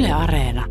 Yle Areena.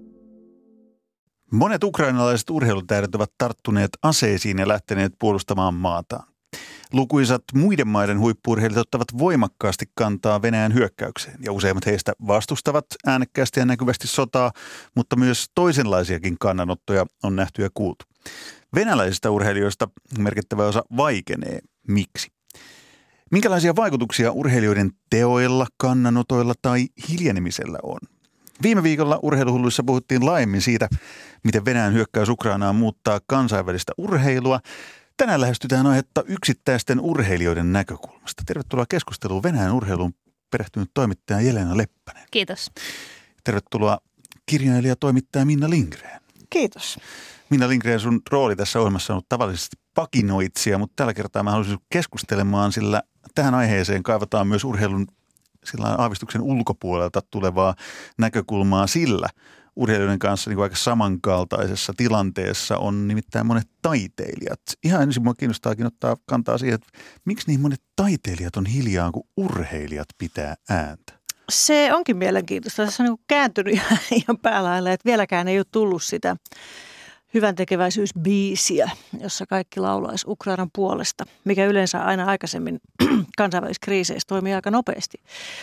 Monet ukrainalaiset urheilutähdet ovat tarttuneet aseisiin ja lähteneet puolustamaan maataan. Lukuisat muiden maiden huippu-urheilijat ottavat voimakkaasti kantaa Venäjän hyökkäykseen ja useimmat heistä vastustavat äänekkäästi ja näkyvästi sotaa, mutta myös toisenlaisiakin kannanottoja on nähty ja kuultu. Venäläisistä urheilijoista merkittävä osa vaikenee. Miksi? Minkälaisia vaikutuksia urheilijoiden teoilla, kannanotoilla tai hiljenemisellä on? Viime viikolla Urheiluhulluissa puhuttiin laajemmin siitä, miten Venäjän hyökkäys Ukrainaan muuttaa kansainvälistä urheilua. Tänään lähestytään aihetta yksittäisten urheilijoiden näkökulmasta. Tervetuloa keskusteluun Venäjän urheiluun perehtynyt toimittaja Jelena Leppänen. Kiitos. Tervetuloa kirjailija toimittaja Minna Lindgren. Kiitos. Minna Lindgren, sun rooli tässä ohjelmassa on ollut tavallisesti pakinoitsija, mutta tällä kertaa mä haluaisin keskustelemaan, sillä tähän aiheeseen kaivataan myös urheilun sillä aavistuksen ulkopuolelta tulevaa näkökulmaa, sillä urheilijoiden kanssa niin kuin aika samankaltaisessa tilanteessa on nimittäin monet taiteilijat. Ihan ensin minua kiinnostaakin ottaa kantaa siihen, että miksi niin monet taiteilijat on hiljaa, kun urheilijat pitää ääntä? Se onkin mielenkiintoista. Tässä on niin kääntynyt ihan päälailla, että vieläkään ei ole tullut sitä hyväntekeväisyysbiisiä, jossa kaikki laulaisi Ukrainan puolesta, mikä yleensä aina aikaisemmin kansainvälisissä kriiseissä toimii aika nopeasti.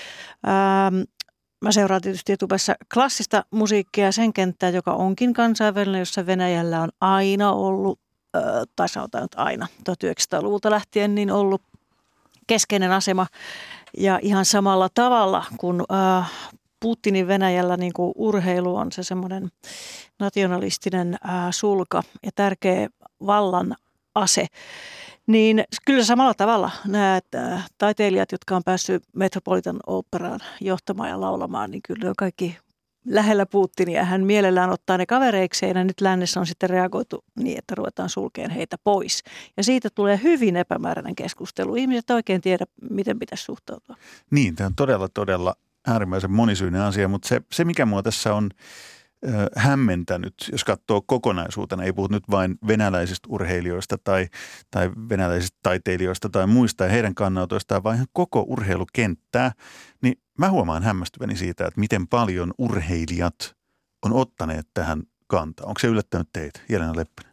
Mä seuraan tietysti etupäässä klassista musiikkia ja sen kenttää, joka onkin kansainvälinen, jossa Venäjällä on aina ollut, tai sanotaan nyt aina 1900-luvulta lähtien, niin ollut keskeinen asema. Ja ihan samalla tavalla kuin Putinin Venäjällä niin kuin urheilu on se semmoinen nationalistinen sulka ja tärkeä vallan ase, niin kyllä samalla tavalla nämä taiteilijat, jotka on päässyt Metropolitan Operaan johtamaan ja laulamaan, niin kyllä ne on kaikki lähellä Putinia. Hän mielellään ottaa ne kavereikseen ja nyt lännessä on sitten reagoitu niin, että ruvetaan sulkeen heitä pois. Ja siitä tulee hyvin epämääräinen keskustelu. Ihmiset oikein tiedä, miten pitäisi suhtautua. Niin, tämä on todella äärimmäisen monisyinen asia, mutta se mikä mua tässä on hämmentänyt, jos katsoo kokonaisuutena, ei puhut nyt vain venäläisistä urheilijoista tai venäläisistä taiteilijoista tai muista ja heidän kannanotoistaan, vaan ihan koko urheilukenttää, niin mä huomaan hämmästyväni siitä, että miten paljon urheilijat on ottaneet tähän kantaa. Onko se yllättänyt teitä, Jelena Leppänen?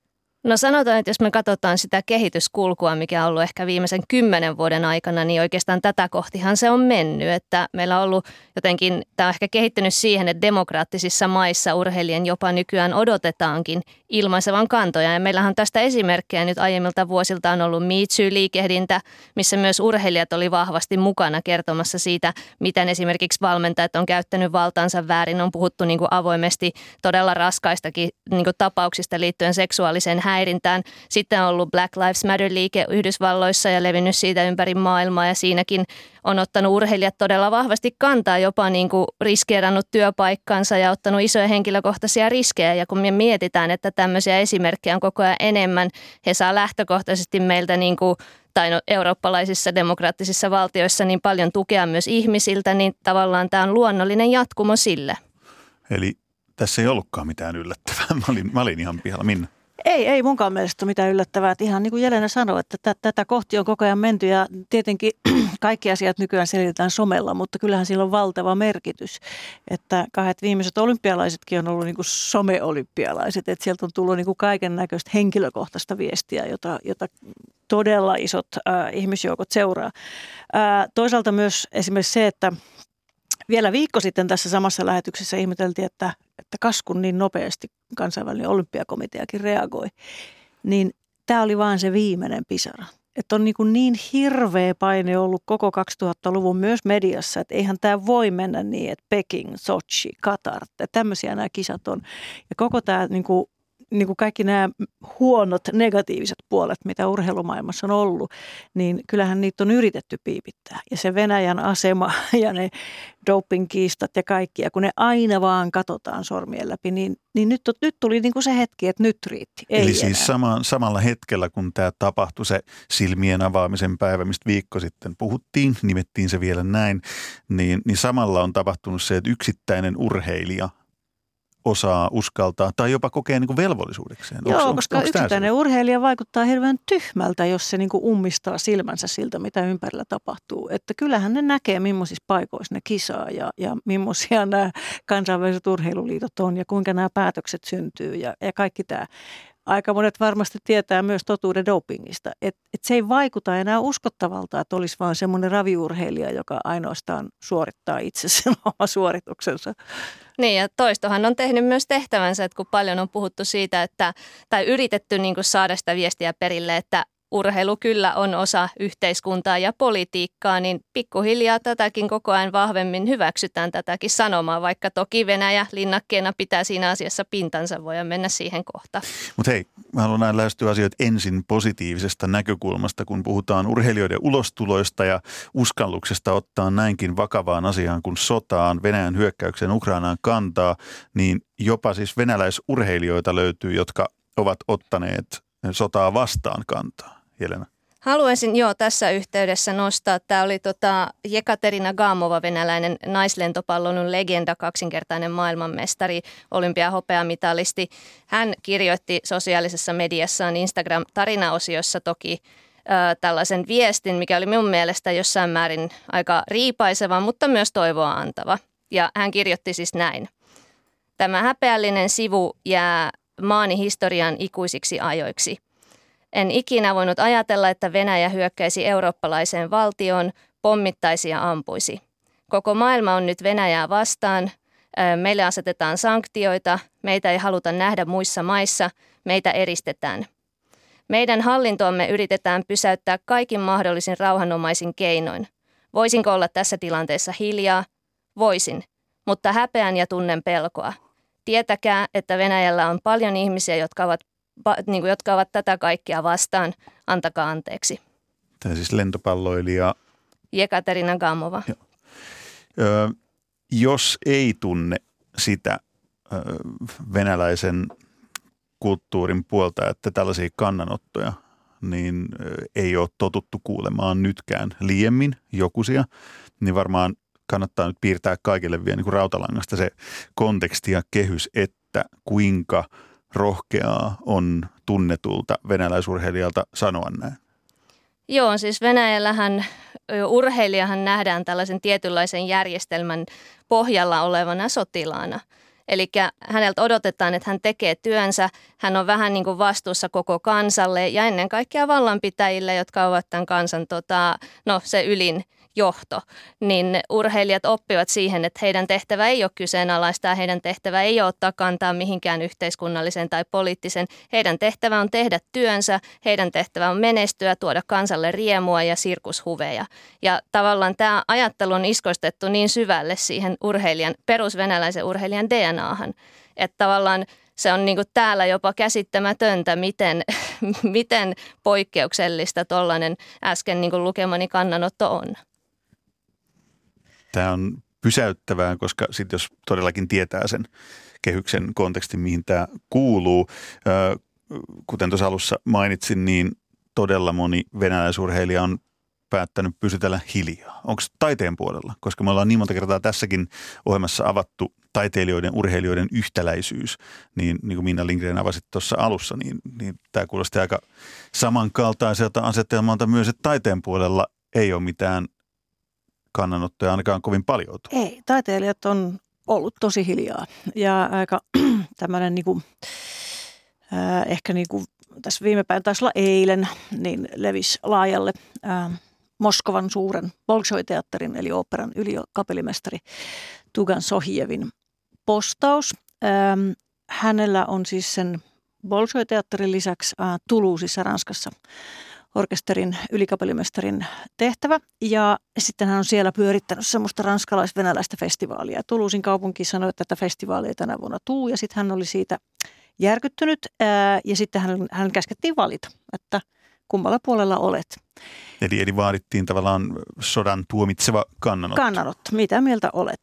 No sanotaan, että jos me katsotaan sitä kehityskulkua, mikä on ollut ehkä viimeisen 10 vuoden aikana, niin oikeastaan tätä kohtihan se on mennyt. Että meillä on ollut jotenkin, tämä on ehkä kehittynyt siihen, että demokraattisissa maissa urheilijan jopa nykyään odotetaankin ilmaisevan kantoja. Ja meillähän on tästä esimerkkejä nyt aiemmilta vuosilta on ollut Me Too-liikehdintä, missä myös urheilijat oli vahvasti mukana kertomassa siitä, miten esimerkiksi valmentajat on käyttänyt valtaansa väärin. On puhuttu niin kuin avoimesti todella raskaistakin niin kuin tapauksista liittyen seksuaaliseen häirintään. Sitten on ollut Black Lives Matter-liike Yhdysvalloissa ja levinnyt siitä ympäri maailmaa ja siinäkin on ottanut urheilijat todella vahvasti kantaa, jopa niin kuin riskeerannut työpaikkansa ja ottanut isoja henkilökohtaisia riskejä. Ja kun me mietitään, että tämmöisiä esimerkkejä on koko ajan enemmän, he saa lähtökohtaisesti meiltä niin kuin, tai eurooppalaisissa demokraattisissa valtioissa niin paljon tukea myös ihmisiltä, niin tavallaan tämä on luonnollinen jatkumo sille. Eli tässä ei ollutkaan mitään yllättävää. Mä olin ihan pihalla. Minna? Ei munkaan mielestä ole mitään yllättävää. Että ihan niin kuin Jelena sanoi, että tätä kohti on koko ajan menty ja tietenkin kaikki asiat nykyään selitetään somella, mutta kyllähän sillä on valtava merkitys. Että 2 viimeiset olympialaisetkin on ollut niin kuin some-olympialaiset, että sieltä on tullut niin kuin kaiken näköistä henkilökohtaista viestiä, jota todella isot ihmisjoukot seuraa. Toisaalta myös esimerkiksi se, että vielä viikko sitten tässä samassa lähetyksessä ihmeteltiin, että kas kun niin nopeasti kansainvälinen olympiakomiteakin reagoi, niin tämä oli vaan se viimeinen pisara. Että on niin hirveä paine ollut koko 2000-luvun myös mediassa, että eihän tämä voi mennä niin, että Peking, Sochi, Katar, että tämmöisiä nämä kisat on. Ja koko tämä niin kuin kaikki nämä huonot negatiiviset puolet, mitä urheilumaailmassa on ollut, niin kyllähän niitä on yritetty piipittää. Ja se Venäjän asema ja ne doping-kiistat ja kaikki, ja kun ne aina vaan katsotaan sormien läpi, niin nyt tuli niin kuin se hetki, että nyt riitti. Ei eli enää. siis samalla hetkellä, kun tämä tapahtui, se silmien avaamisen päivä, mistä viikko sitten puhuttiin, nimettiin se vielä näin, niin samalla on tapahtunut se, että yksittäinen urheilija osaa, uskaltaa tai jopa kokee niin kuin velvollisuudekseen? Joo, koska yksittäinen urheilija vaikuttaa hirveän tyhmältä, jos se niin kuin ummistaa silmänsä siltä, mitä ympärillä tapahtuu. Että kyllähän ne näkee, millaisissa paikoissa ne kisaa ja millaisia nämä kansainväliset urheiluliitot on ja kuinka nämä päätökset syntyy ja kaikki tämä. Aika monet varmasti tietää myös totuuden dopingista, että se ei vaikuta enää uskottavalta, että olisi vain semmoinen raviurheilija, joka ainoastaan suorittaa itse sen oma suorituksensa. Niin ja toistohan on tehnyt myös tehtävänsä, että kun paljon on puhuttu siitä, tai yritetty niin kuin saada sitä viestiä perille, että urheilu kyllä on osa yhteiskuntaa ja politiikkaa, niin pikkuhiljaa tätäkin koko ajan vahvemmin hyväksytään tätäkin sanomaa, vaikka toki Venäjä linnakkeena pitää siinä asiassa pintansa, voidaan mennä siihen kohtaan. Mutta hei, mä haluan näin lähestyä asioita ensin positiivisesta näkökulmasta, kun puhutaan urheilijoiden ulostuloista ja uskalluksesta ottaa näinkin vakavaan asiaan kuin sotaan, Venäjän hyökkäyksen Ukrainaan kantaa, niin jopa siis venäläisurheilijoita löytyy, jotka ovat ottaneet sotaa vastaan kantaa. Jelena. Haluaisin tässä yhteydessä nostaa, tämä oli Jekaterina Gamova, venäläinen naislentopallon legenda, kaksinkertainen maailmanmestari, olympiahopeamitalisti. Hän kirjoitti sosiaalisessa mediassaan Instagram-tarinaosiossa toki tällaisen viestin, mikä oli minun mielestä jossain määrin aika riipaiseva, mutta myös toivoa antava. Ja hän kirjoitti siis näin. Tämä häpeällinen sivu jää maani historian ikuisiksi ajoiksi. En ikinä voinut ajatella, että Venäjä hyökkäisi eurooppalaiseen valtioon, pommittaisi ja ampuisi. Koko maailma on nyt Venäjää vastaan. Meille asetetaan sanktioita, meitä ei haluta nähdä muissa maissa, meitä eristetään. Meidän hallintoamme yritetään pysäyttää kaikin mahdollisin rauhanomaisin keinoin. Voisinko olla tässä tilanteessa hiljaa? Voisin, mutta häpeän ja tunnen pelkoa. Tietäkää, että Venäjällä on paljon ihmisiä, jotka ovat tätä kaikkea vastaan. Antakaa anteeksi. Tämä siis lentopalloilija Jekaterina Gamova. Jos ei tunne sitä venäläisen kulttuurin puolta, että tällaisia kannanottoja, niin ei ole totuttu kuulemaan nytkään liiemmin jokusia, niin varmaan kannattaa nyt piirtää kaikille vielä niin kuin rautalangasta se konteksti ja kehys, että kuinka rohkeaa on tunnetulta venäläisurheilijalta sanoa näin. Joo, siis Venäjällähän urheilijahan nähdään tällaisen tietynlaisen järjestelmän pohjalla olevana sotilaana. Eli häneltä odotetaan, että hän tekee työnsä, hän on vähän niin kuin vastuussa koko kansalle ja ennen kaikkea vallanpitäjille, jotka ovat tämän kansan se ylin johto, niin urheilijat oppivat siihen, että heidän tehtävä ei ole kyseenalaistaa, heidän tehtävä ei ole ottaa kantaa mihinkään yhteiskunnalliseen tai poliittisen. Heidän tehtävä on tehdä työnsä, heidän tehtävä on menestyä, tuoda kansalle riemua ja sirkushuveja. Ja tavallaan tämä ajattelu on iskostettu niin syvälle siihen perusvenäläisen urheilijan DNAhan, että tavallaan se on niin kuin täällä jopa käsittämätöntä, miten poikkeuksellista tuollainen äsken niin kuin lukemani kannanotto on. Tämä on pysäyttävää, koska sitten jos todellakin tietää sen kehyksen kontekstin, mihin tämä kuuluu, kuten tuossa alussa mainitsin, niin todella moni venäläisurheilija on päättänyt pysytellä hiljaa. Onko taiteen puolella? Koska me ollaan niin monta kertaa tässäkin ohjelmassa avattu taiteilijoiden, urheilijoiden yhtäläisyys, niin kuin Minna Lindgren avasit tuossa alussa, niin tämä kuulosti aika samankaltaiselta asetelmalta myös, että taiteen puolella ei ole mitään kannanottoja ainakaan kovin paljon. Ei, taiteilijat on ollut tosi hiljaa ja aika tämmöinen ehkä tässä viime päivänä taisi olla eilen, niin levisi laajalle Moskovan suuren Bolshoi-teatterin eli oopperan ylikapellimestari Tugan Sohijevin postaus. Hänellä on siis sen Bolshoi-teatterin lisäksi Toulousessa Ranskassa orkesterin ylikapellimestarin tehtävä. Ja sitten hän on siellä pyörittänyt semmoista ranskalais-venäläistä festivaalia. Toulousin kaupunki sanoi, että tätä festivaalia ei tänä vuonna tuu ja sitten hän oli siitä järkyttynyt ja sitten hän käskettiin valita, että kummalla puolella olet. Eli vaadittiin tavallaan sodan tuomitseva kannanotto. Kannanotto, mitä mieltä olet.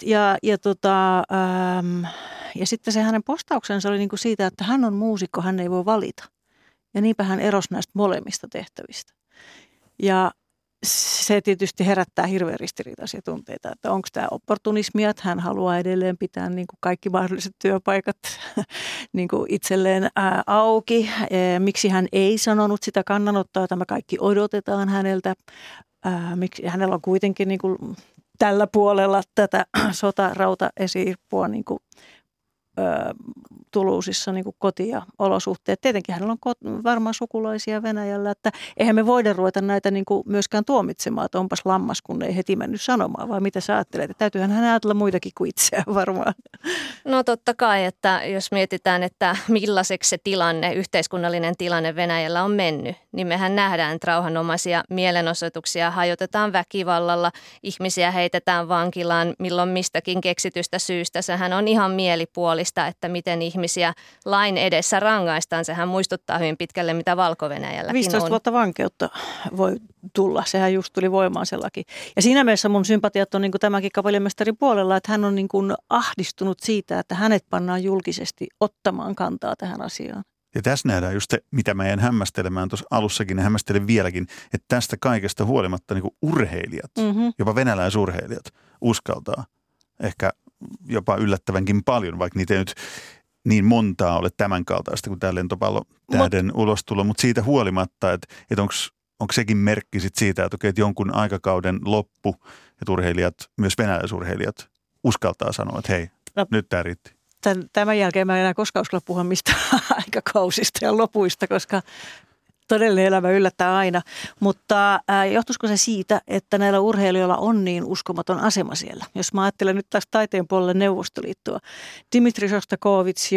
Ja sitten se hänen postauksensa oli niinku siitä, että hän on muusikko, hän ei voi valita. Ja niinpä hän erosi näistä molemmista tehtävistä. Ja se tietysti herättää hirveän ristiriitaisia tunteita, että onko tämä opportunismia, että hän haluaa edelleen pitää niin kuin kaikki mahdolliset työpaikat niin kuin itselleen auki. Miksi hän ei sanonut sitä kannanottoa, jota me kaikki odotetaan häneltä. Miksi hänellä on kuitenkin niin kuin tällä puolella tätä sotarauta-esiirppua niin kuin Toulousessa niin kuin koti ja olosuhteet. Tietenkin hänellä on varmaan sukulaisia Venäjällä, että eihän me voida ruveta näitä niin kuin myöskään tuomitsemaan, että onpas lammas, kun ei heti mennyt sanomaan, vai mitä sä ajattelet? Täytyyhän hän ajatella muitakin kuin itseään varmaan. No totta kai, että jos mietitään, että millaiseksi se tilanne, yhteiskunnallinen tilanne Venäjällä on mennyt, niin mehän nähdään, että rauhanomaisia mielenosoituksia hajotetaan väkivallalla, ihmisiä heitetään vankilaan milloin mistäkin keksitystä syystä. Sehän on ihan mielipuolista, että miten ihmisiä lain edessä rangaistaan. Sehän muistuttaa hyvin pitkälle, mitä Valko-Venäjälläkin 15 on. vuotta vankeutta voi tulla. Sehän just tuli voimaan se laki. Ja siinä mielessä mun sympatiat on niin kuin tämänkin kapellimestarin puolella, että hän on niin kuin ahdistunut siitä, että hänet pannaan julkisesti ottamaan kantaa tähän asiaan. Ja tässä nähdään just se, mitä mä jäin hämmästelemään tuossa alussakin ja hämmästelen vieläkin, että tästä kaikesta huolimatta niin kuin urheilijat, jopa venäläisurheilijat uskaltaa ehkä jopa yllättävänkin paljon, vaikka niitä ei nyt niin montaa ole tämän kaltaista kuin tämä lentopallotähden ulostulo, mutta siitä huolimatta, että onko sekin merkki sit siitä, että okei, että jonkun aikakauden loppu, että urheilijat, myös venäläisurheilijat uskaltaa sanoa, että hei, nyt tämä riitti. Tämän jälkeen mä en enää koskaan uskalla puhua mistään aikakausista ja lopuista, koska todellinen elämä yllättää aina. Mutta johtuisiko se siitä, että näillä urheilijoilla on niin uskomaton asema siellä? Jos mä ajattelen nyt taas taiteen puolelle Neuvostoliittoa. Dmitri Shostakovich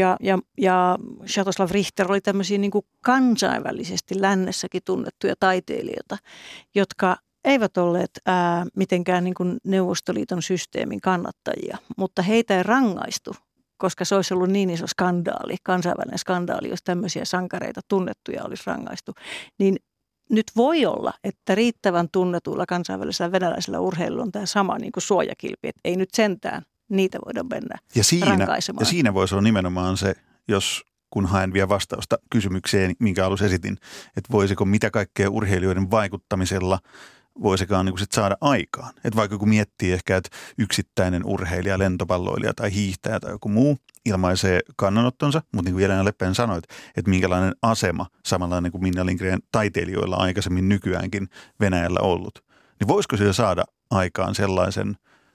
ja Sviatoslav Richter oli tämmöisiä niin kuin kansainvälisesti lännessäkin tunnettuja taiteilijoita, jotka eivät olleet mitenkään niin kuin Neuvostoliiton systeemin kannattajia, mutta heitä ei rangaistu, koska se olisi ollut niin iso skandaali, kansainvälinen skandaali, jos tämmöisiä sankareita tunnettuja olisi rangaistu. Niin nyt voi olla, että riittävän tunnetuilla kansainvälisillä venäläisillä urheiluilla on tämä sama niin kuin suojakilpi, että ei nyt sentään niitä voida mennä rankaisemaan. Ja siinä voisi olla nimenomaan se, kun haen vielä vastausta kysymykseen, minkä alussa esitin, että voisiko mitä kaikkea urheilijoiden vaikuttamisella voisikaan niin kuin sit saada aikaan. Että vaikka kun miettii ehkä, että yksittäinen urheilija, lentopalloilija tai hiihtäjä tai joku muu ilmaisee kannanottonsa, mutta niin kuin Jelena Leppänen sanoit, että minkälainen asema samanlainen kuin Minna Lindgren taiteilijoilla aikaisemmin nykyäänkin Venäjällä ollut, niin voisiko sillä saada aikaan sellaisen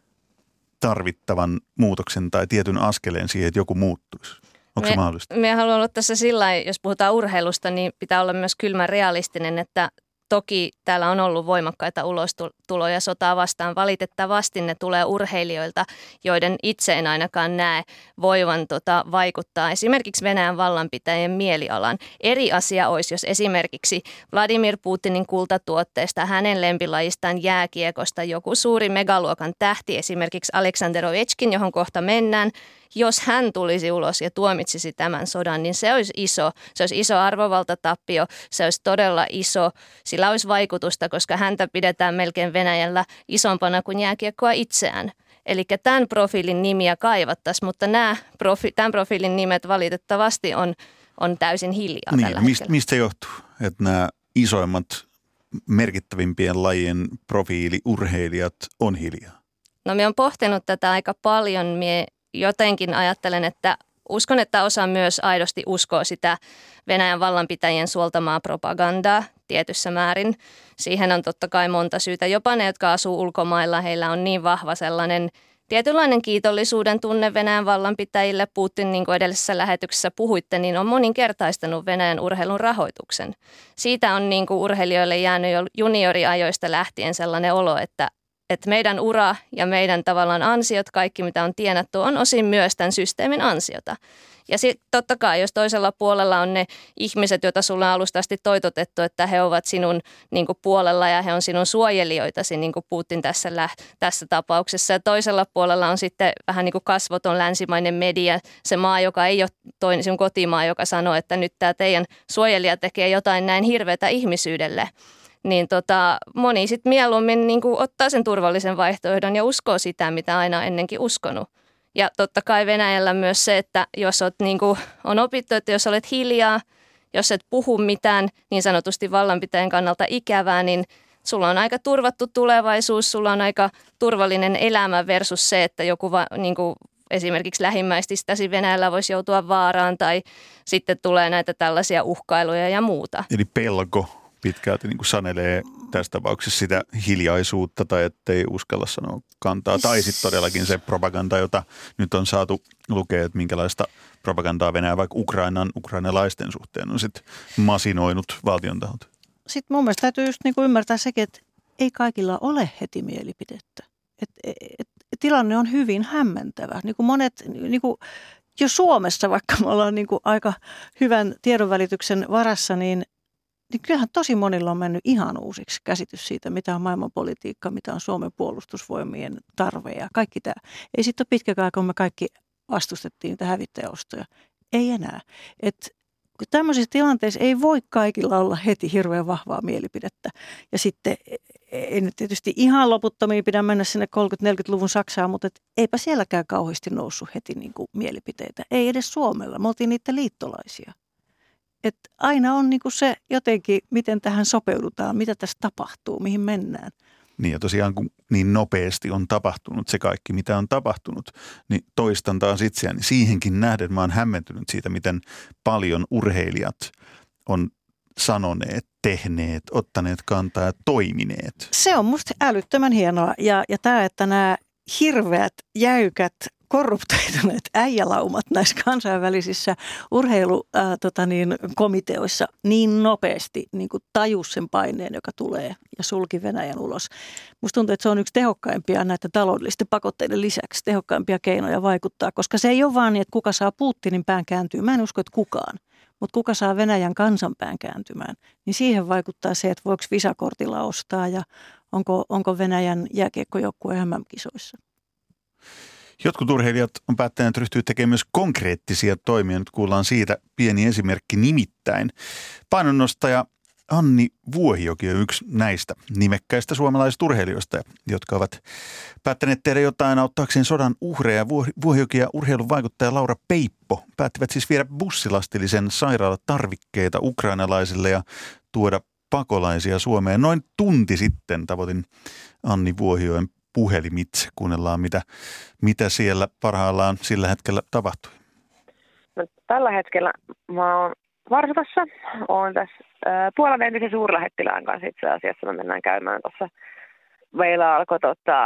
tarvittavan muutoksen tai tietyn askeleen siihen, että joku muuttuisi? Onko se mahdollista? Me haluan olla tässä sillä lailla, jos puhutaan urheilusta, niin pitää olla myös kylmän realistinen, että toki täällä on ollut voimakkaita ulostuloja sotaa vastaan. Valitettavasti ne tulee urheilijoilta, joiden itse en ainakaan näe voivan vaikuttaa esimerkiksi Venäjän vallanpitäjien mielialaan. Eri asia olisi, jos esimerkiksi Vladimir Putinin kultatuotteesta, hänen lempilajistaan jääkiekosta joku suuri megaluokan tähti, esimerkiksi Aleksander Ovechkin, johon kohta mennään, jos hän tulisi ulos ja tuomitsisi tämän sodan, niin se olisi iso arvovaltatappio, se olisi todella iso, sillä olisi vaikutusta, koska häntä pidetään melkein Venäjällä isompana kuin jääkiekkoa itseään. Eli tämän profiilin nimiä kaivattaisiin, mutta tämän profiilin nimet valitettavasti on täysin hiljaa tällä hetkellä. Mistä se johtuu, että nämä isoimmat merkittävimpien lajien profiiliurheilijat on hiljaa? No me on pohtinut tätä aika paljon. Mie jotenkin ajattelen, että uskon, että osa myös aidosti uskoo sitä Venäjän vallanpitäjien suoltamaa propagandaa tietyssä määrin. Siihen on totta kai monta syytä. Jopa ne, jotka asuu ulkomailla, heillä on niin vahva sellainen tietynlainen kiitollisuuden tunne Venäjän vallanpitäjille. Putin, niin kuin edellisessä lähetyksessä puhuitte, niin on moninkertaistanut Venäjän urheilun rahoituksen. Siitä on niin kuin urheilijoille jäänyt jo junioriajoista lähtien sellainen olo, että meidän ura ja meidän tavallaan ansiot, kaikki mitä on tienattu, on osin myös tämän systeemin ansiota. Ja sitten totta kai, jos toisella puolella on ne ihmiset, joita sulla on alusta asti toitotettu, että he ovat sinun niin kuin puolella ja he on sinun suojelijoitasi, niin kuin Putin tässä tapauksessa. Ja toisella puolella on sitten vähän niin kuin kasvoton länsimainen media, se maa, joka ei ole sinun kotimaa, joka sanoo, että nyt tämä teidän suojelija tekee jotain näin hirveätä ihmisyydelle. Niin moni sitten mieluummin niin kuin ottaa sen turvallisen vaihtoehdon ja uskoo sitä, mitä aina ennenkin uskonut. Ja totta kai Venäjällä myös se, että jos on opittu, että jos olet hiljaa, jos et puhu mitään niin sanotusti vallanpitäjän kannalta ikävää, niin sulla on aika turvattu tulevaisuus, sulla on aika turvallinen elämä versus se, että joku niin kuin esimerkiksi lähimmäististäsi Venäjällä voisi joutua vaaraan tai sitten tulee näitä tällaisia uhkailuja ja muuta. Eli pelko pitkälti niin kuin sanelee tässä tapauksessa sitä hiljaisuutta tai ettei uskalla sanoa kantaa. Tai sitten todellakin se propaganda, jota nyt on saatu lukea, että minkälaista propagandaa Venäjä vaikka ukrainalaisten suhteen on sitten masinoinut valtion taholta. Sitten mun mielestä täytyy just niin kuin ymmärtää sekin, että ei kaikilla ole heti mielipidettä. Tilanne on hyvin hämmentävä. Niin kuin monet, niin kuin jo Suomessa, vaikka me ollaan niin kuin aika hyvän tiedonvälityksen varassa, niin kyllähän tosi monilla on mennyt ihan uusiksi käsitys siitä, mitä on maailmanpolitiikka, mitä on Suomen puolustusvoimien tarve ja kaikki tämä. Ei sitten ole pitkäkään, kun me kaikki vastustettiin niitä hävittäjäostoja. Ei enää. Tämmöisissä tilanteissa ei voi kaikilla olla heti hirveän vahvaa mielipidettä. Ja sitten ei nyt tietysti ihan loputtomiin pidä mennä sinne 30-40-luvun Saksaan, mutta eipä sielläkään kauheasti noussut heti niin kuin mielipiteitä. Ei edes Suomella. Me oltiin niiden liittolaisia. Että aina on niin kuin se jotenkin, miten tähän sopeudutaan, mitä tässä tapahtuu, mihin mennään. Niin ja tosiaan kun niin nopeasti on tapahtunut se kaikki, mitä on tapahtunut, niin toistan taas itseäni. Siihenkin nähden mä oon hämmentynyt siitä, miten paljon urheilijat on sanoneet, tehneet, ottaneet kantaa ja toimineet. Se on musta älyttömän hienoa ja tämä, että nämä hirveät, jäykät, korruptoituneet äijälaumat näissä kansainvälisissä urheilukomiteoissa niin nopeasti niin kuin tajus sen paineen, joka tulee ja sulki Venäjän ulos. Musta tuntuu, että se on yksi tehokkaimpia näitä taloudellisten pakotteiden lisäksi, tehokkaimpia keinoja vaikuttaa, koska se ei ole vaan niin, että kuka saa Putinin pään kääntyä. Mä en usko, että kukaan, mutta kuka saa Venäjän kansan pään kääntymään, niin siihen vaikuttaa se, että voiko visakortilla ostaa ja onko Venäjän jääkiekkojoukkue MM-kisoissa. Jotkut urheilijat on päättäneet ryhtyä tekemään myös konkreettisia toimia. Nyt kuullaan siitä pieni esimerkki, nimittäin painonnostaja Anni Vuohijoki on yksi näistä nimekkäistä suomalaisista urheilijoista, jotka ovat päättäneet tehdä jotain auttaakseen sodan uhreja. Vuohijoki ja urheilun vaikuttaja Laura Peippo päättivät siis viedä bussilastillisen sairaalatarvikkeita ukrainalaisille ja tuoda pakolaisia Suomeen. Noin tunti sitten tavoitin Anni Vuohijoen puhelimitse. Kuunnellaan, mitä siellä parhaillaan sillä hetkellä tapahtui. No, tällä hetkellä mä oon Varsovassa. Oon tässä Puolan entisen suurlähettilään kanssa itse asiassa. Me mennään käymään tuossa. Meillä alkoi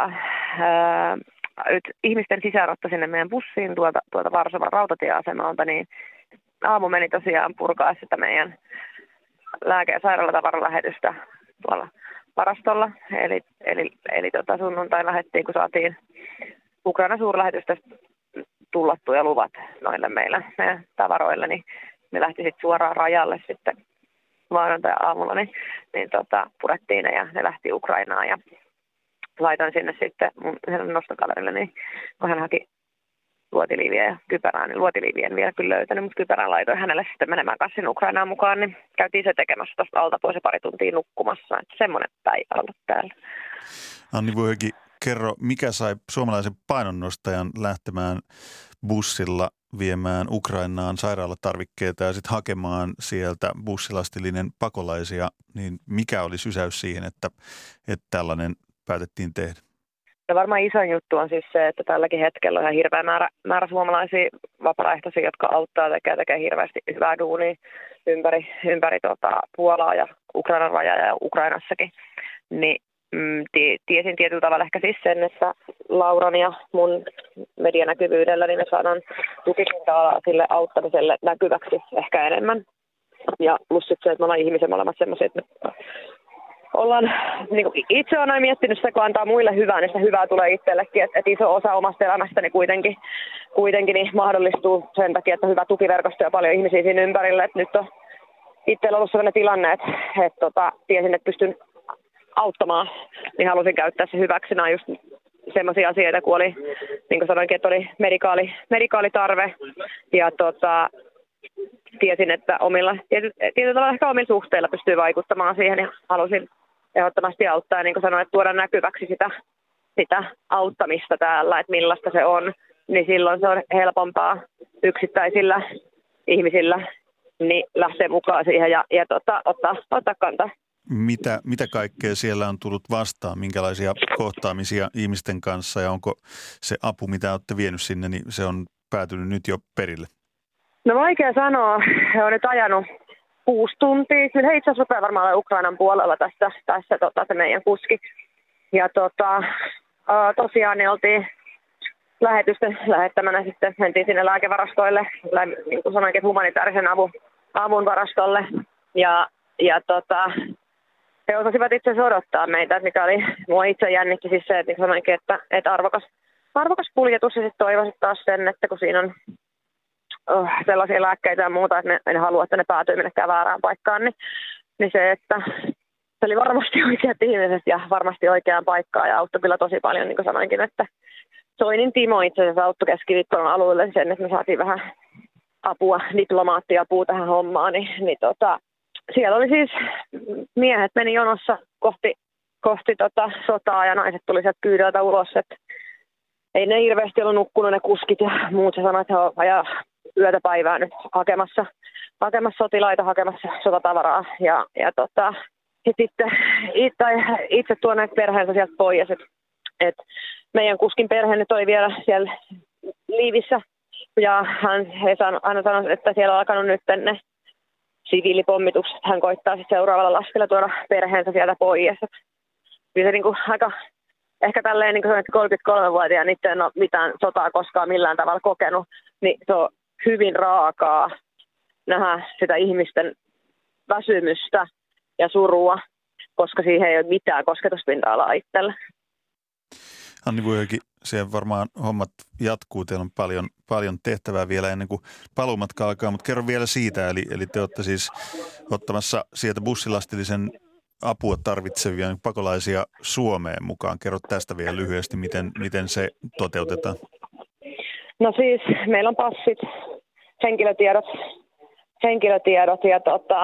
nyt ihmisten sisäänotto sinne meidän bussiin tuolta Varsovan rautatieasemalta. Niin aamu meni tosiaan purkaa sitä meidän lääke- ja sairaalatavaralähetystä tuolla varastolla, eli sunnuntain lähdettiin, kun saatiin Ukraina suurlähetystä tullattuja luvat noille meidän tavaroille, niin ne lähti sitten suoraan rajalle sitten maanantai-aamulla, niin purettiin ne ja ne lähti Ukrainaan ja laitoin sinne sitten mun nostokaverille, niin kun hän haki luotiliiviä ja kypärää, niin luotiliiviä en vielä kyllä löytänyt, mutta kypärän laitoin hänelle sitten menemään kassin Ukrainaan mukaan, niin käytiin se tekemässä tuosta alta pois ja pari tuntia nukkumassa. Että semmoinen päivä ollut täällä. Anni Vuohijoki, kerro, mikä sai suomalaisen painonnostajan lähtemään bussilla viemään Ukrainaan sairaalatarvikkeita ja sitten hakemaan sieltä bussilastillinen pakolaisia, niin mikä oli sysäys siihen, että tällainen päätettiin tehdä? Ja varmaan isoin juttu on siis se, että tälläkin hetkellä on ihan hirveä määrä suomalaisia vapaaehtoisia, jotka auttaa tekee hirveästi hyvää duunia ympäri Puolaa ja Ukrainan rajaa ja Ukrainassakin. Niin tiesin tietyllä tavalla ehkä siis sen, että Lauran ja mun medianäkyvyydellä niin me saadaan tukikinta-alaa sille auttamiselle näkyväksi ehkä enemmän. Ja plus sitten se, että me ollaan ihmisiä molemmat semmoisia, että ollaan, niin kuin itse olen aina miettinyt sitä, kun antaa muille hyvää, niin sitä hyvää tulee itsellekin. Että iso osa omasta elämästäni kuitenkin niin mahdollistuu sen takia, että hyvä tukiverkosto ja paljon ihmisiä siinä ympärillä. Että nyt on itsellä ollut sellainen tilanne, että tiesin, että pystyn auttamaan, niin halusin käyttää se hyväksi. Nämä on just sellaisia asioita, kun oli, niin kuin sanoinkin, että oli medikaalitarve ja tiesin, että tietyllä tavalla ehkä omilla suhteilla pystyy vaikuttamaan siihen ja halusin ehdottomasti auttaa, niin kuin sanoin, että tuoda näkyväksi sitä auttamista täällä, että millaista se on, niin silloin se on helpompaa yksittäisillä ihmisillä niin lähteä mukaan siihen ja ottaa kantaa. mitä kaikkea siellä on tullut vastaan, minkälaisia kohtaamisia ihmisten kanssa ja onko se apu, mitä olette vienyt sinne, niin se on päätynyt nyt jo perille? No vaikea sanoa. He on nyt ajanut 6 tuntia. Kyllä he itse asiassa rupeaa varmaan olla Ukrainan puolella tässä se meidän kuski. Ja tosiaan ne oltiin lähetysten lähettämänä sitten, mentiin sinne lääkevarastoille, niin kuin sanoinkin, humanitaarisen avun varastolle. Ja he osasivat itse asiassa odottaa meitä, mikä oli mua itse jännitti siis se, että niin sanoinkin, että arvokas kuljetus ja sitten toivoisin taas sen, että kun siinä on sellaisia lääkkeitä ja muuta, että en halua, että ne päätyy minnekään väärään paikkaan, niin se, että se oli varmasti oikeat ihmiset ja varmasti oikeaan paikkaan ja auttoi kyllä tosi paljon, niin kuin sanoinkin, että Soinin Timo itse asiassa auttoi keskiviikkona alueelle sen, että me saatiin vähän apua, diplomaattiapua tähän hommaan, niin siellä oli siis, miehet meni jonossa kohti sotaa ja naiset tuli sieltä kyydeltä ulos, että ei ne hirveästi ollut nukkunut ne kuskit ja muut. Se sanoi, että he ajaa yötä päivää nyt hakemassa sotilaita, hakemassa sotatavaraa ja sitten itse tuoneet perheensä sieltä pois, että meidän kuskin perhe nyt oli vielä siellä Liivissä ja he sanoi, että siellä on alkanut nyt ne siviilipommitukset. Hän koittaa sitten seuraavalla laskella tuoda perheensä sieltä pois. Kyllä se niin kuin aika, ehkä tälleen niin kuin 33-vuotiaan itse en ole mitään sotaa koskaan millään tavalla kokenut, niin se on hyvin raakaa nähdä sitä ihmisten väsymystä ja surua, koska siihen ei ole mitään kosketuspinta-alaa itsellä. Anni Vuohijoki, siellä varmaan hommat jatkuu. Teillä on paljon tehtävää vielä ennen kuin paluumatka alkaa, mutta kerro vielä siitä. Eli te olette siis ottamassa sieltä bussilastillisen apua tarvitsevia pakolaisia Suomeen mukaan. Kerro tästä vielä lyhyesti, miten se toteutetaan. No siis meillä on passit, henkilötiedot ja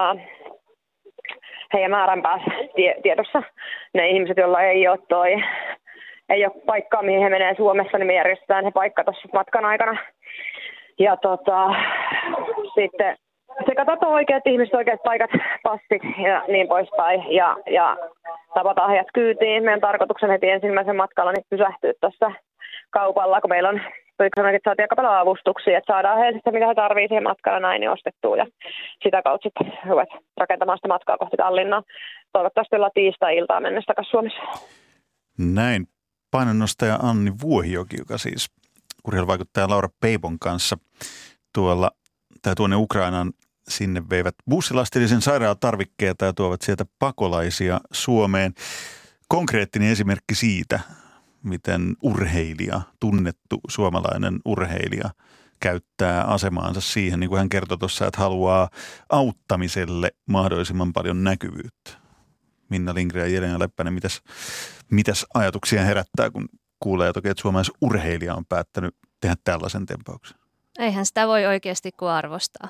heidän määränpäässä tiedossa. Ne ihmiset, joilla ei ole paikkaa, mihin he menee Suomessa, niin me järjestetään he paikka tuossa matkan aikana. Ja sitten se katsotaan oikeat ihmiset, oikeat paikat, passit ja niin poispäin. Ja tapataan heidät kyytiin. Meidän tarkoituksena heti ensimmäisen matkalla niin pysähtyä tuossa kaupalla, kun meillä on sanoin, että saatiin aika paljon avustuksia, että saadaan heille sitä, mitä he tarvitsevat siihen matkalla näin, niin ostettua. Ja sitä kautta sitten ruvet rakentamaan sitä matkaa kohti Tallinnaa. Toivottavasti ollaan tiistai-iltaan mennessä takaisin Suomessa. Näin painonnostaja Anni Vuohijoki, joka siis urheiluvaikuttaja Laura Peipon kanssa tuonne Ukrainaan sinne veivät bussilastillisen sairaalatarvikkeita ja tuovat sieltä pakolaisia Suomeen. Konkreettinen esimerkki siitä, miten tunnettu suomalainen urheilija käyttää asemaansa siihen, niin kuin hän kertoi tuossa, että haluaa auttamiselle mahdollisimman paljon näkyvyyttä. Minna Lindgren ja Jelena Leppänen, mitäs ajatuksia herättää, kun kuulee toki, että suomalaisurheilija on päättänyt tehdä tällaisen tempauksen? Eihän sitä voi oikeasti kuin arvostaa.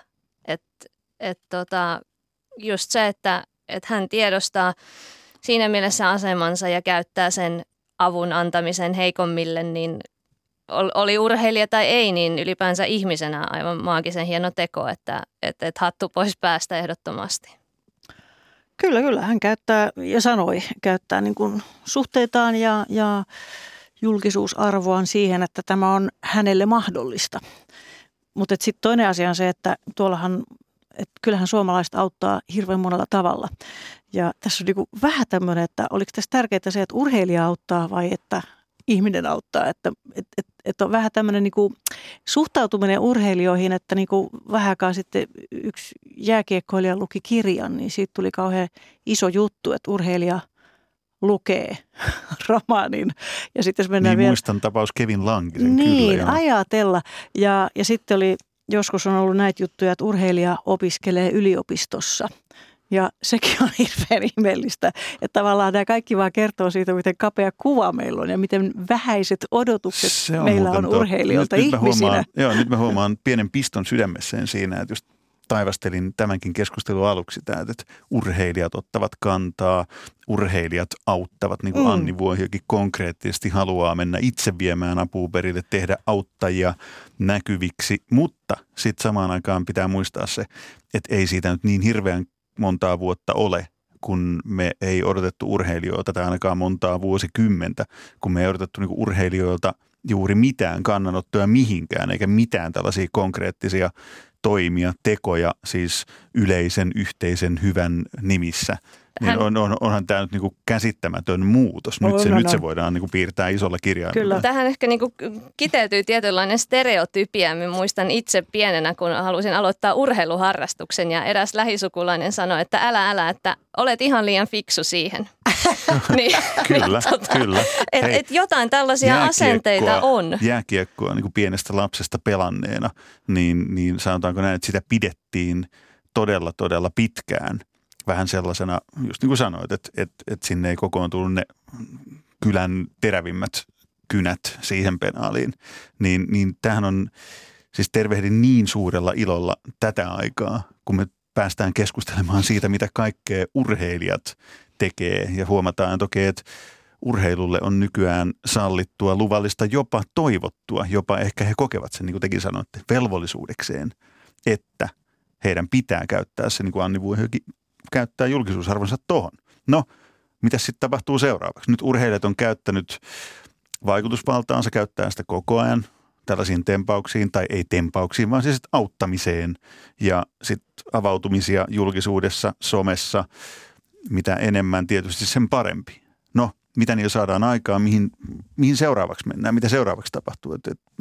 Just se, että hän tiedostaa siinä mielessä asemansa ja käyttää sen avun antamisen heikommille, niin oli urheilija tai ei, niin ylipäänsä ihmisenä aivan maagisen hieno teko, että hattu pois päästä ehdottomasti. Kyllä. Hän käyttää niin kuin suhteitaan ja julkisuusarvoaan siihen, että tämä on hänelle mahdollista. Mutta sitten toinen asia on se, että kyllähän suomalaiset auttaa hirveän monella tavalla. Ja tässä on niinku vähän tämmöinen, että oliko tässä tärkeää se, että urheilija auttaa vai että ihminen auttaa. Että on vähän tämmöinen niinku suhtautuminen urheilijoihin, että niinku vähän aikaa sitten yksi jääkiekkoilija luki kirjan, niin siitä tuli kauhean iso juttu, että urheilija lukee romaanin. Ja sitten jos mennään niin muistan tapaus Kevin Lankisen. Niin, kyllä, ajatella. Ja sitten joskus on ollut näitä juttuja, että urheilija opiskelee yliopistossa. Ja sekin on hirveän ihmeellistä, että tavallaan nämä kaikki vaan kertoo siitä, miten kapea kuva meillä on ja miten vähäiset odotukset meillä on urheilijoilta ihmisinä. Nyt mä huomaan pienen piston sydämessäni siinä, että just taivastelin tämänkin keskustelun aluksi, että urheilijat ottavat kantaa, urheilijat auttavat, niin kuin Anni Vuohijoki konkreettisesti haluaa mennä itse viemään apua perille, tehdä auttajia näkyviksi, mutta sitten samaan aikaan pitää muistaa se, että ei siitä nyt niin hirveän montaa vuotta ole, kun me ei odotettu urheilijoilta tai ainakaan montaa vuosikymmentä, kun me ei odotettu niin kuin urheilijoilta juuri mitään kannanottoja mihinkään, eikä mitään tällaisia konkreettisia toimia, tekoja siis yleisen yhteisen hyvän nimissä. Niin onhan tämä nyt niinku käsittämätön muutos. Nyt se voidaan niinku piirtää isolla kirjaimella. Kyllä. Tähän ehkä niinku kiteytyy tietynlainen stereotypia. Mä muistan itse pienenä, kun halusin aloittaa urheiluharrastuksen ja eräs lähisukulainen sanoi, että älä, että olet ihan liian fiksu siihen. Kyllä. Et jotain tällaisia asenteita on. Jääkiekkoa niin kuin pienestä lapsesta pelanneena, niin sanotaanko näin, että sitä pidettiin todella pitkään. Vähän sellaisena, just niin kuin sanoit, että sinne ei kokoontunut ne kylän terävimmät kynät siihen penaaliin. Niin tämähän on, siis tervehdin niin suurella ilolla tätä aikaa, kun me päästään keskustelemaan siitä, mitä kaikkea urheilijat tekee. Ja huomataan toki, että urheilulle on nykyään sallittua, luvallista, jopa toivottua, jopa ehkä he kokevat sen, niin kuin tekin sanoitte, velvollisuudekseen, että heidän pitää käyttää se, niin kuin Anni Vuohijoki käyttää julkisuusarvonsa tuohon. No, mitä sitten tapahtuu seuraavaksi? Nyt urheilijat on käyttänyt vaikutusvaltaansa, käyttää sitä koko ajan tällaisiin tempauksiin, tai ei tempauksiin, vaan siis auttamiseen ja sitten avautumisia julkisuudessa, somessa, mitä enemmän tietysti sen parempi. No, mitä niillä saadaan aikaan, mihin seuraavaksi mennään, mitä seuraavaksi tapahtuu,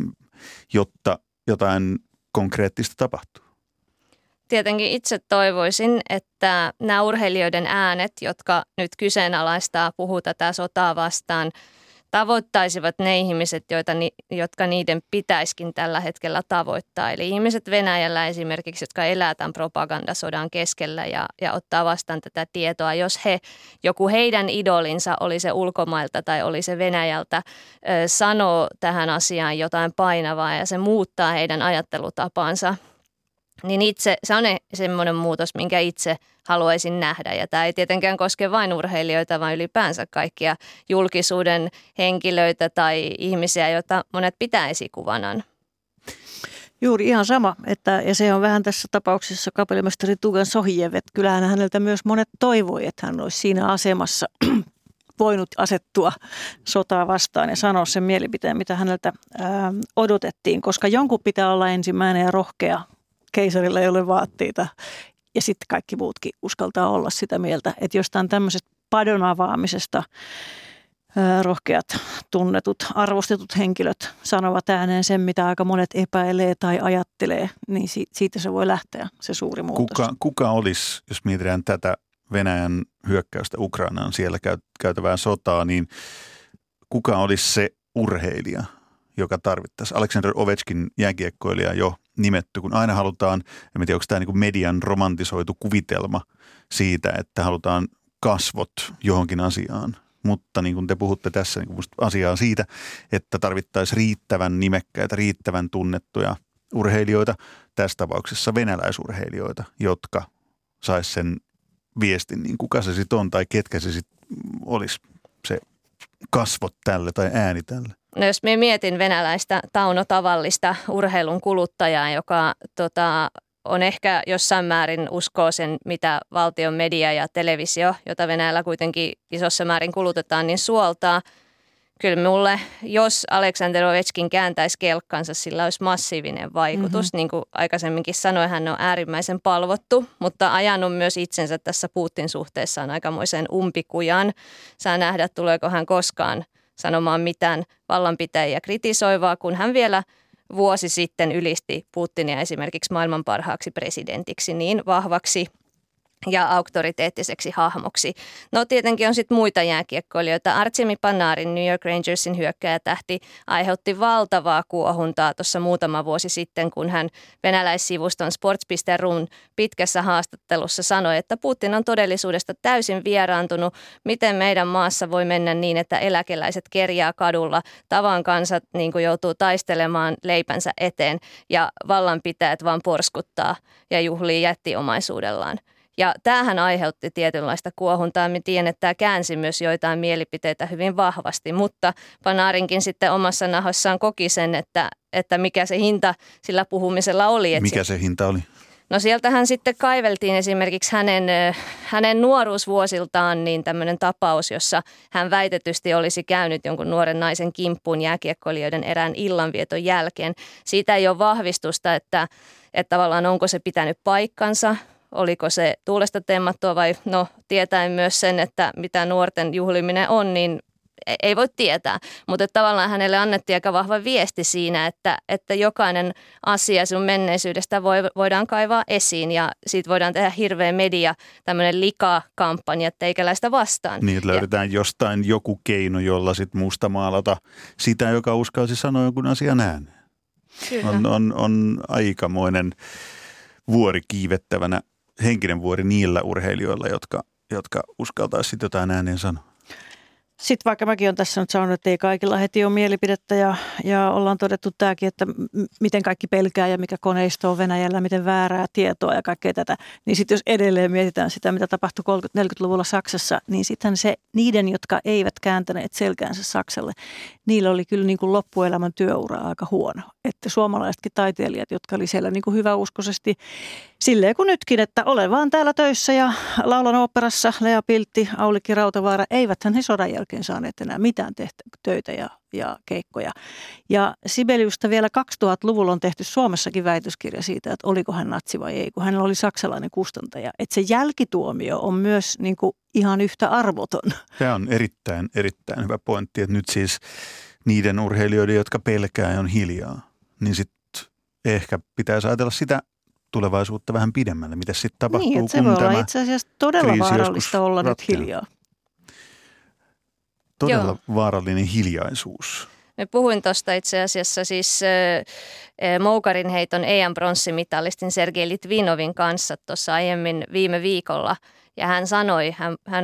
jotta jotain konkreettista tapahtuu. Tietenkin itse toivoisin, että nämä urheilijoiden äänet, jotka nyt kyseenalaistaa, puhuu tätä sotaa vastaan, tavoittaisivat ne ihmiset, jotka niiden pitäisikin tällä hetkellä tavoittaa. Eli ihmiset Venäjällä esimerkiksi, jotka elää tämän propagandasodan keskellä ja ottaa vastaan tätä tietoa. Jos joku heidän idolinsa, oli se ulkomailta tai oli se Venäjältä, sanoo tähän asiaan jotain painavaa ja se muuttaa heidän ajattelutapansa, niin se on semmoinen muutos, minkä itse haluaisin nähdä. Ja tämä ei tietenkään koske vain urheilijoita, vaan ylipäänsä kaikkia julkisuuden henkilöitä tai ihmisiä, joita monet pitää esikuvanaan. Juuri ihan sama, ja se on vähän tässä tapauksessa kapellimestari Tugan Sohijev, että kyllähän häneltä myös monet toivoi, että hän olisi siinä asemassa voinut asettua sotaa vastaan ja sanoa sen mielipiteen, mitä häneltä odotettiin, koska jonkun pitää olla ensimmäinen ja rohkea. Keisarilla ei ole vaatteita ja sitten kaikki muutkin uskaltaa olla sitä mieltä, että jostain tämmöisestä padon avaamisesta rohkeat, tunnetut, arvostetut henkilöt sanovat ääneen sen, mitä aika monet epäilee tai ajattelee, niin siitä se voi lähteä se suuri muutos. Kuka olisi, jos mietitään tätä Venäjän hyökkäystä Ukrainaan, siellä käytävää sotaa, niin kuka olisi se urheilija, joka tarvittaisiin? Aleksander Ovechkin, jääkiekkoilija, jo nimetty, kun aina halutaan, en tiedä, onko tämä niin kuin median romantisoitu kuvitelma siitä, että halutaan kasvot johonkin asiaan. Mutta niin kuin te puhutte tässä niin kuin asiaa siitä, että tarvittaisiin riittävän nimekkäitä, riittävän tunnettuja urheilijoita, tässä tapauksessa venäläisurheilijoita, jotka sais sen viestin, niin kuka se sitten on tai ketkä se sitten olisi se kasvot tälle tai ääni tälle. No jos me mietin venäläistä Tauno Tavallista urheilun kuluttajaa, joka on ehkä jossain määrin uskoo sen, mitä valtion media ja televisio, jota Venäjällä kuitenkin isossa määrin kulutetaan, niin suoltaa. Kyllä mulle, jos Aleksander Ovechkin kääntäisi kelkkansa, sillä olisi massiivinen vaikutus. Mm-hmm. Niin kuin aikaisemminkin sanoin, hän on äärimmäisen palvottu, mutta ajanut myös itsensä tässä Putin-suhteessaan aikamoiseen umpikujan. Saa nähdä, tuleeko hän koskaan sanomaan mitään vallanpitäjiä kritisoivaa, kun hän vielä vuosi sitten ylisti Putinia esimerkiksi maailman parhaaksi presidentiksi niin vahvaksi ja auktoriteettiseksi hahmoksi. No tietenkin on sitten muita jääkiekkoilijoita. Artemi Panarin, New York Rangersin hyökkääjätähti, aiheutti valtavaa kuohuntaa tuossa muutama vuosi sitten, kun hän venäläissivuston sports.ru:n pitkässä haastattelussa sanoi, että Putin on todellisuudesta täysin vieraantunut. Miten meidän maassa voi mennä niin, että eläkeläiset kerjää kadulla, tavan kansat niin kuin joutuu taistelemaan leipänsä eteen ja vallanpitäjät vaan porskuttaa ja juhlii jättiomaisuudellaan. Ja tämähän aiheutti tietynlaista kuohuntaa. Mä tiedän, että tämä käänsi myös joitain mielipiteitä hyvin vahvasti, mutta Panarinkin sitten omassa nahossaan koki sen, että mikä se hinta sillä puhumisella oli. Mikä se hinta oli? No sieltähän sitten kaiveltiin esimerkiksi hänen nuoruusvuosiltaan niin tämmöinen tapaus, jossa hän väitetysti olisi käynyt jonkun nuoren naisen kimppuun jääkiekkoilijoiden erään illanvieton jälkeen. Siitä ei ole vahvistusta, että tavallaan onko se pitänyt paikkansa, oliko se tuulesta temmattua vai tietäen myös sen, että mitä nuorten juhliminen on, niin ei voi tietää, mutta tavallaan hänelle annettiin aika vahva viesti siinä, että jokainen asia sun menneisyydestä voidaan kaivaa esiin ja siitä voidaan tehdä hirveä media, tämmöinen likakampanja teikäläistä vastaan. Niin, että löydetään jostain joku keino, jolla sitten mustamaalata sitä, joka uskalsi sanoa jonkun asian ääneen. On aikamoinen vuori kiivettävänä, henkinen vuori niillä urheilijoilla, jotka uskaltaisi sitten jotain ääneen sanoa. Sitten vaikka mäkin olen tässä nyt sanonut, että ei kaikilla heti ole mielipidettä ja ollaan todettu tämäkin, että miten kaikki pelkää ja mikä koneisto on Venäjällä, miten väärää tietoa ja kaikkea tätä. Niin sitten jos edelleen mietitään sitä, mitä tapahtui 30-40-luvulla Saksassa, niin sittenhän se niiden, jotka eivät kääntäneet selkäänsä Saksalle, niillä oli kyllä niin kuin loppuelämän työura aika huono. Että suomalaisetkin taiteilijat, jotka oli siellä niin kuin hyväuskoisesti silleen kuin nytkin, että olen vaan täällä töissä ja laulan oopperassa, Lea Piltti, Aulikki Rautavaara, eiväthän he sodan jälkeen saaneet enää mitään töitä ja keikkoja. Ja Sibeliusta vielä 2000-luvulla on tehty Suomessakin väitöskirja siitä, että oliko hän natsi vai ei, kun hänellä oli saksalainen kustantaja. Että se jälkituomio on myös niin kuin ihan yhtä arvoton. Tämä on erittäin hyvä pointti, että nyt siis niiden urheilijoiden, jotka pelkää ja on hiljaa, niin sitten ehkä pitäisi ajatella sitä tulevaisuutta vähän pidemmälle. Mitä sitten tapahtuu, niin, se voi olla itse asiassa todella vaarallista olla nyt hiljaa. Todella vaarallinen hiljaisuus. Me puhuin tuosta itse asiassa siis moukarin heiton EM-pronssimitalistin Sergei Litvinovin kanssa tuossa aiemmin viime viikolla. Ja hän sanoi,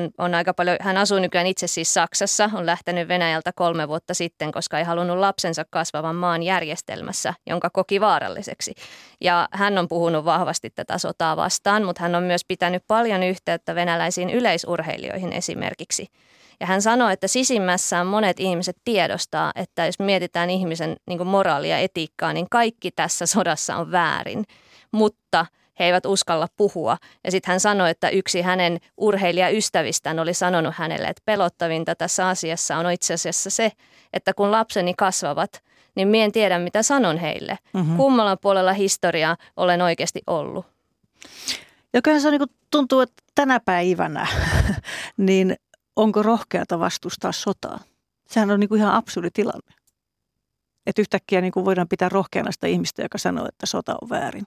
hän asuu nykyään itse siis Saksassa, on lähtenyt Venäjältä 3 vuotta sitten, koska ei halunnut lapsensa kasvavan maan järjestelmässä, jonka koki vaaralliseksi. Ja hän on puhunut vahvasti tätä sotaa vastaan, mutta hän on myös pitänyt paljon yhteyttä venäläisiin yleisurheilijoihin esimerkiksi. Ja hän sanoi, että sisimmässään monet ihmiset tiedostaa, että jos mietitään ihmisen niin kuin moraalia ja etiikkaa, niin kaikki tässä sodassa on väärin, mutta he eivät uskalla puhua. Ja sitten hän sanoi, että yksi hänen urheilijaystävistään oli sanonut hänelle, että pelottavinta tässä asiassa on itse asiassa se, että kun lapseni kasvavat, niin minä en tiedä, mitä sanon heille. Mm-hmm. Kummalla puolella historiaa olen oikeasti ollut. Ja kyllähän se niin kuin tuntuu, että tänä päivänä, niin onko rohkeata vastustaa sotaa? Sehän on niin kuin ihan absurdi tilanne. Että yhtäkkiä niin kuin voidaan pitää rohkeana sitä ihmistä, joka sanoo, että sota on väärin.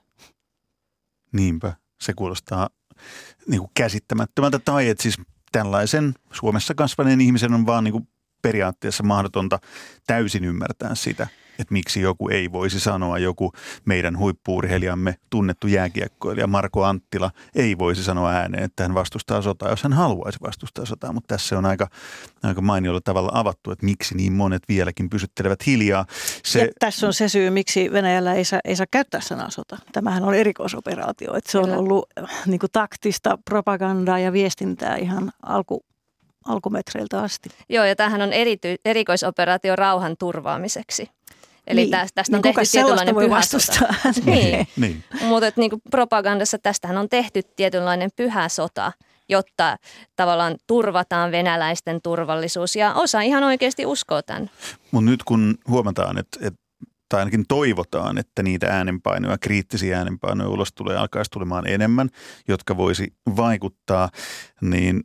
Niinpä, se kuulostaa niin kuin käsittämättömältä, tai että siis tällaisen Suomessa kasvaneen ihmisen on vaan niin kuin periaatteessa mahdotonta täysin ymmärtää sitä, että miksi joku ei voisi sanoa, joku meidän huippu-urheilijamme, tunnettu jääkiekkoilija Marko Anttila ei voisi sanoa ääneen, että hän vastustaa sotaa, jos hän haluaisi vastustaa sotaa, mutta tässä on aika mainiolla tavalla avattu, että miksi niin monet vieläkin pysyttelevät hiljaa. Ja tässä on se syy, miksi Venäjällä ei saa käyttää sanaa sota. Tämähän on erikoisoperaatio, että se on ollut niin kuin taktista propagandaa ja viestintää ihan alkumetreiltä asti. Joo, ja tämähän on erikoisoperaatio rauhan turvaamiseksi. Eli niin, tästä on tehty tietynlainen pyhä sota. niin. Mutta niin propagandassa tästähän on tehty tietynlainen pyhä sota, jotta tavallaan turvataan venäläisten turvallisuus. Ja osa ihan oikeasti uskoo tämän. Mutta nyt kun huomataan, tai ainakin toivotaan, että niitä äänenpainoja, kriittisiä äänenpainoja ulos tulee, alkaisi tulemaan enemmän, jotka voisi vaikuttaa, niin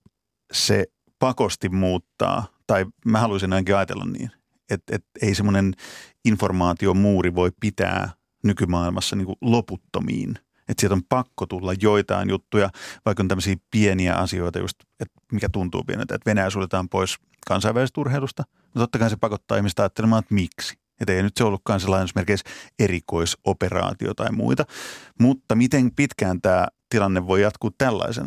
se pakosti muuttaa, tai mä haluaisin ainakin ajatella niin, että ei semmoinen informaatiomuuri voi pitää nykymaailmassa niin kuin loputtomiin. Että sieltä on pakko tulla joitain juttuja, vaikka on tämmöisiä pieniä asioita just, että mikä tuntuu pieneltä, että Venäjä suljetaan pois kansainvälisestä urheilusta. No totta kai se pakottaa ihmistä ajattelemaan, että miksi. Että ei nyt se ollutkaan sellainen esimerkiksi erikoisoperaatio tai muita. Mutta miten pitkään tämä tilanne voi jatkuu tällaisena,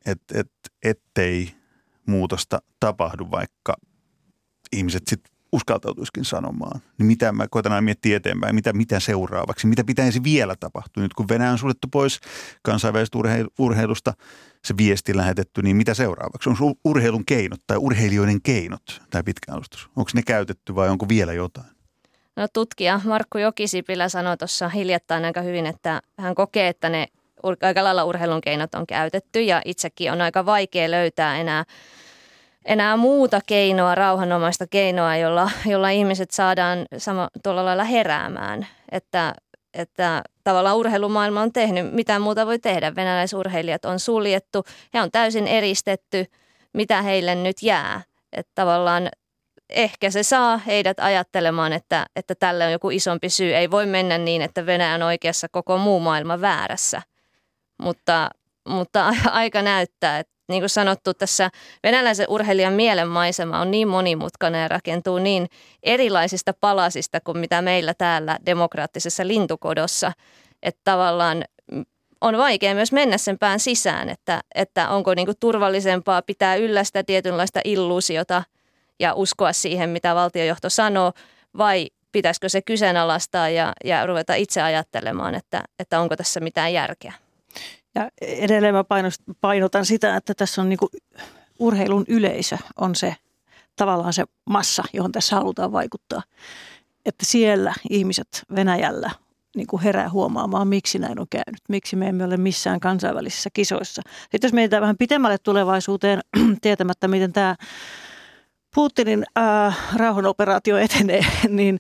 ettei muutosta tapahdu, vaikka ihmiset sitten uskaltautuisikin sanomaan. Niin mitä mä koitan aina miettiä eteenpäin, mitä seuraavaksi, mitä pitäisi vielä tapahtua. Nyt kun Venäjä on suljettu pois kansainvälisestä urheilusta, se viesti lähetetty, niin mitä seuraavaksi? On urheilun keinot tai urheilijoiden keinot, tämä pitkä alustus? Onko ne käytetty vai onko vielä jotain? No tutkija Markku Jokisipilä sanoi tuossa hiljattain aika hyvin, että hän kokee, että ne aika lailla urheilun keinot on käytetty ja itsekin on aika vaikea löytää enää muuta keinoa, rauhanomaista keinoa, jolla ihmiset saadaan tuolla lailla heräämään. Että tavallaan urheilumaailma on tehnyt, mitä muuta voi tehdä. Venäläisurheilijat on suljettu, he on täysin eristetty, mitä heille nyt jää. Että tavallaan ehkä se saa heidät ajattelemaan, että tälle on joku isompi syy. Ei voi mennä niin, että Venäjä on oikeassa, koko muu maailma väärässä. Mutta aika näyttää, että niin kuin sanottu, tässä venäläisen urheilijan mielenmaisema on niin monimutkainen ja rakentuu niin erilaisista palasista kuin mitä meillä täällä demokraattisessa lintukodossa, että tavallaan on vaikea myös mennä sen pään sisään, että onko niin kuin turvallisempaa pitää yllä sitä tietynlaista illuusiota ja uskoa siihen, mitä valtiojohto sanoo, vai pitäisikö se kyseenalaistaa ja ruveta itse ajattelemaan, että onko tässä mitään järkeä. Ja edelleen mä painotan sitä, että tässä on niinku urheilun yleisö on se tavallaan se massa, johon tässä halutaan vaikuttaa. Että siellä ihmiset Venäjällä niinku herää huomaamaan, miksi näin on käynyt, miksi me emme ole missään kansainvälisissä kisoissa. Sitten jos mietitään vähän pitemmälle tulevaisuuteen tietämättä, miten tämä Putinin rauhanoperaatio etenee, niin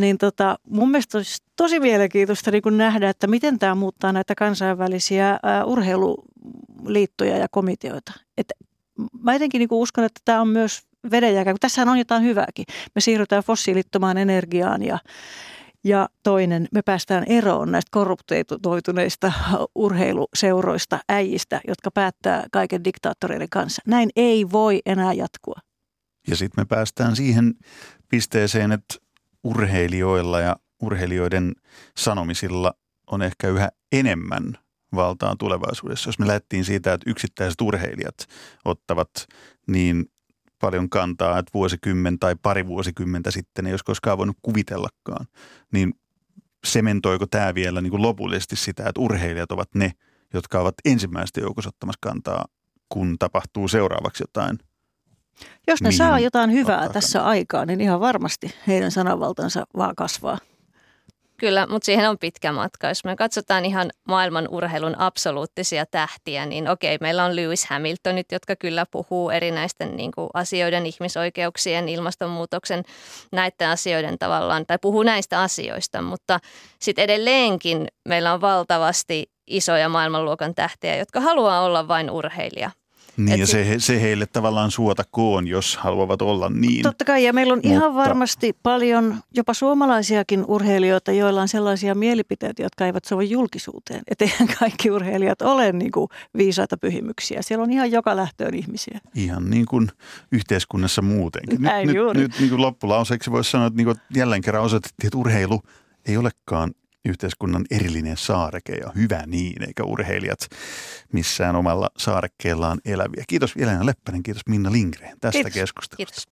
mun mielestä olisi tosi mielenkiintoista niin kuin nähdä, että miten tämä muuttaa näitä kansainvälisiä urheiluliittoja ja komiteoita. Et mä jotenkin niin kuin uskon, että tämä on myös vedenjääkä, kun tässähän on jotain hyvääkin. Me siirrytään fossiilittomaan energiaan ja toinen, me päästään eroon näistä korruptoituneista urheiluseuroista, äijistä, jotka päättää kaiken diktaattoreiden kanssa. Näin ei voi enää jatkua. Ja sitten me päästään siihen pisteeseen, että urheilijoilla ja urheilijoiden sanomisilla on ehkä yhä enemmän valtaa tulevaisuudessa. Jos me lähdettiin siitä, että yksittäiset urheilijat ottavat niin paljon kantaa, että vuosikymmen tai pari vuosikymmentä sitten ei olisi koskaan voinut kuvitellakaan, niin sementoiko tämä vielä niin kuin lopullisesti sitä, että urheilijat ovat ne, jotka ovat ensimmäistä joukossa ottamassa kantaa, kun tapahtuu seuraavaksi jotain? Jos ne saa jotain hyvää tässä aikaa, niin ihan varmasti heidän sananvaltansa vaan kasvaa. Kyllä, mutta siihen on pitkä matka. Jos me katsotaan ihan maailman urheilun absoluuttisia tähtiä, niin okei, meillä on Lewis Hamiltonit, jotka kyllä puhuu erinäisten niin kuin asioiden, ihmisoikeuksien, ilmastonmuutoksen, näiden asioiden tavallaan, tai puhuu näistä asioista, mutta sitten edelleenkin meillä on valtavasti isoja maailmanluokan tähtiä, jotka haluaa olla vain urheilija. Niin ja se heille tavallaan suotakoon, jos haluavat olla niin. Totta kai, ja meillä on ihan varmasti paljon jopa suomalaisiakin urheilijoita, joilla on sellaisia mielipiteitä, jotka eivät sovi julkisuuteen. Että eihän kaikki urheilijat ole niin kuin viisaita pyhimyksiä. Siellä on ihan joka lähtöön ihmisiä. Ihan niin kuin yhteiskunnassa muutenkin. Nyt niin kuin loppulauseeksi voisi sanoa, että niin kuin jälleen kerran osoitettiin, että urheilu ei olekaan yhteiskunnan erillinen saareke ja hyvä niin, eikä urheilijat missään omalla saarekkeellaan eläviä. Kiitos Elina Leppänen, kiitos Minna Lindgren tästä keskustelusta. Kiitos.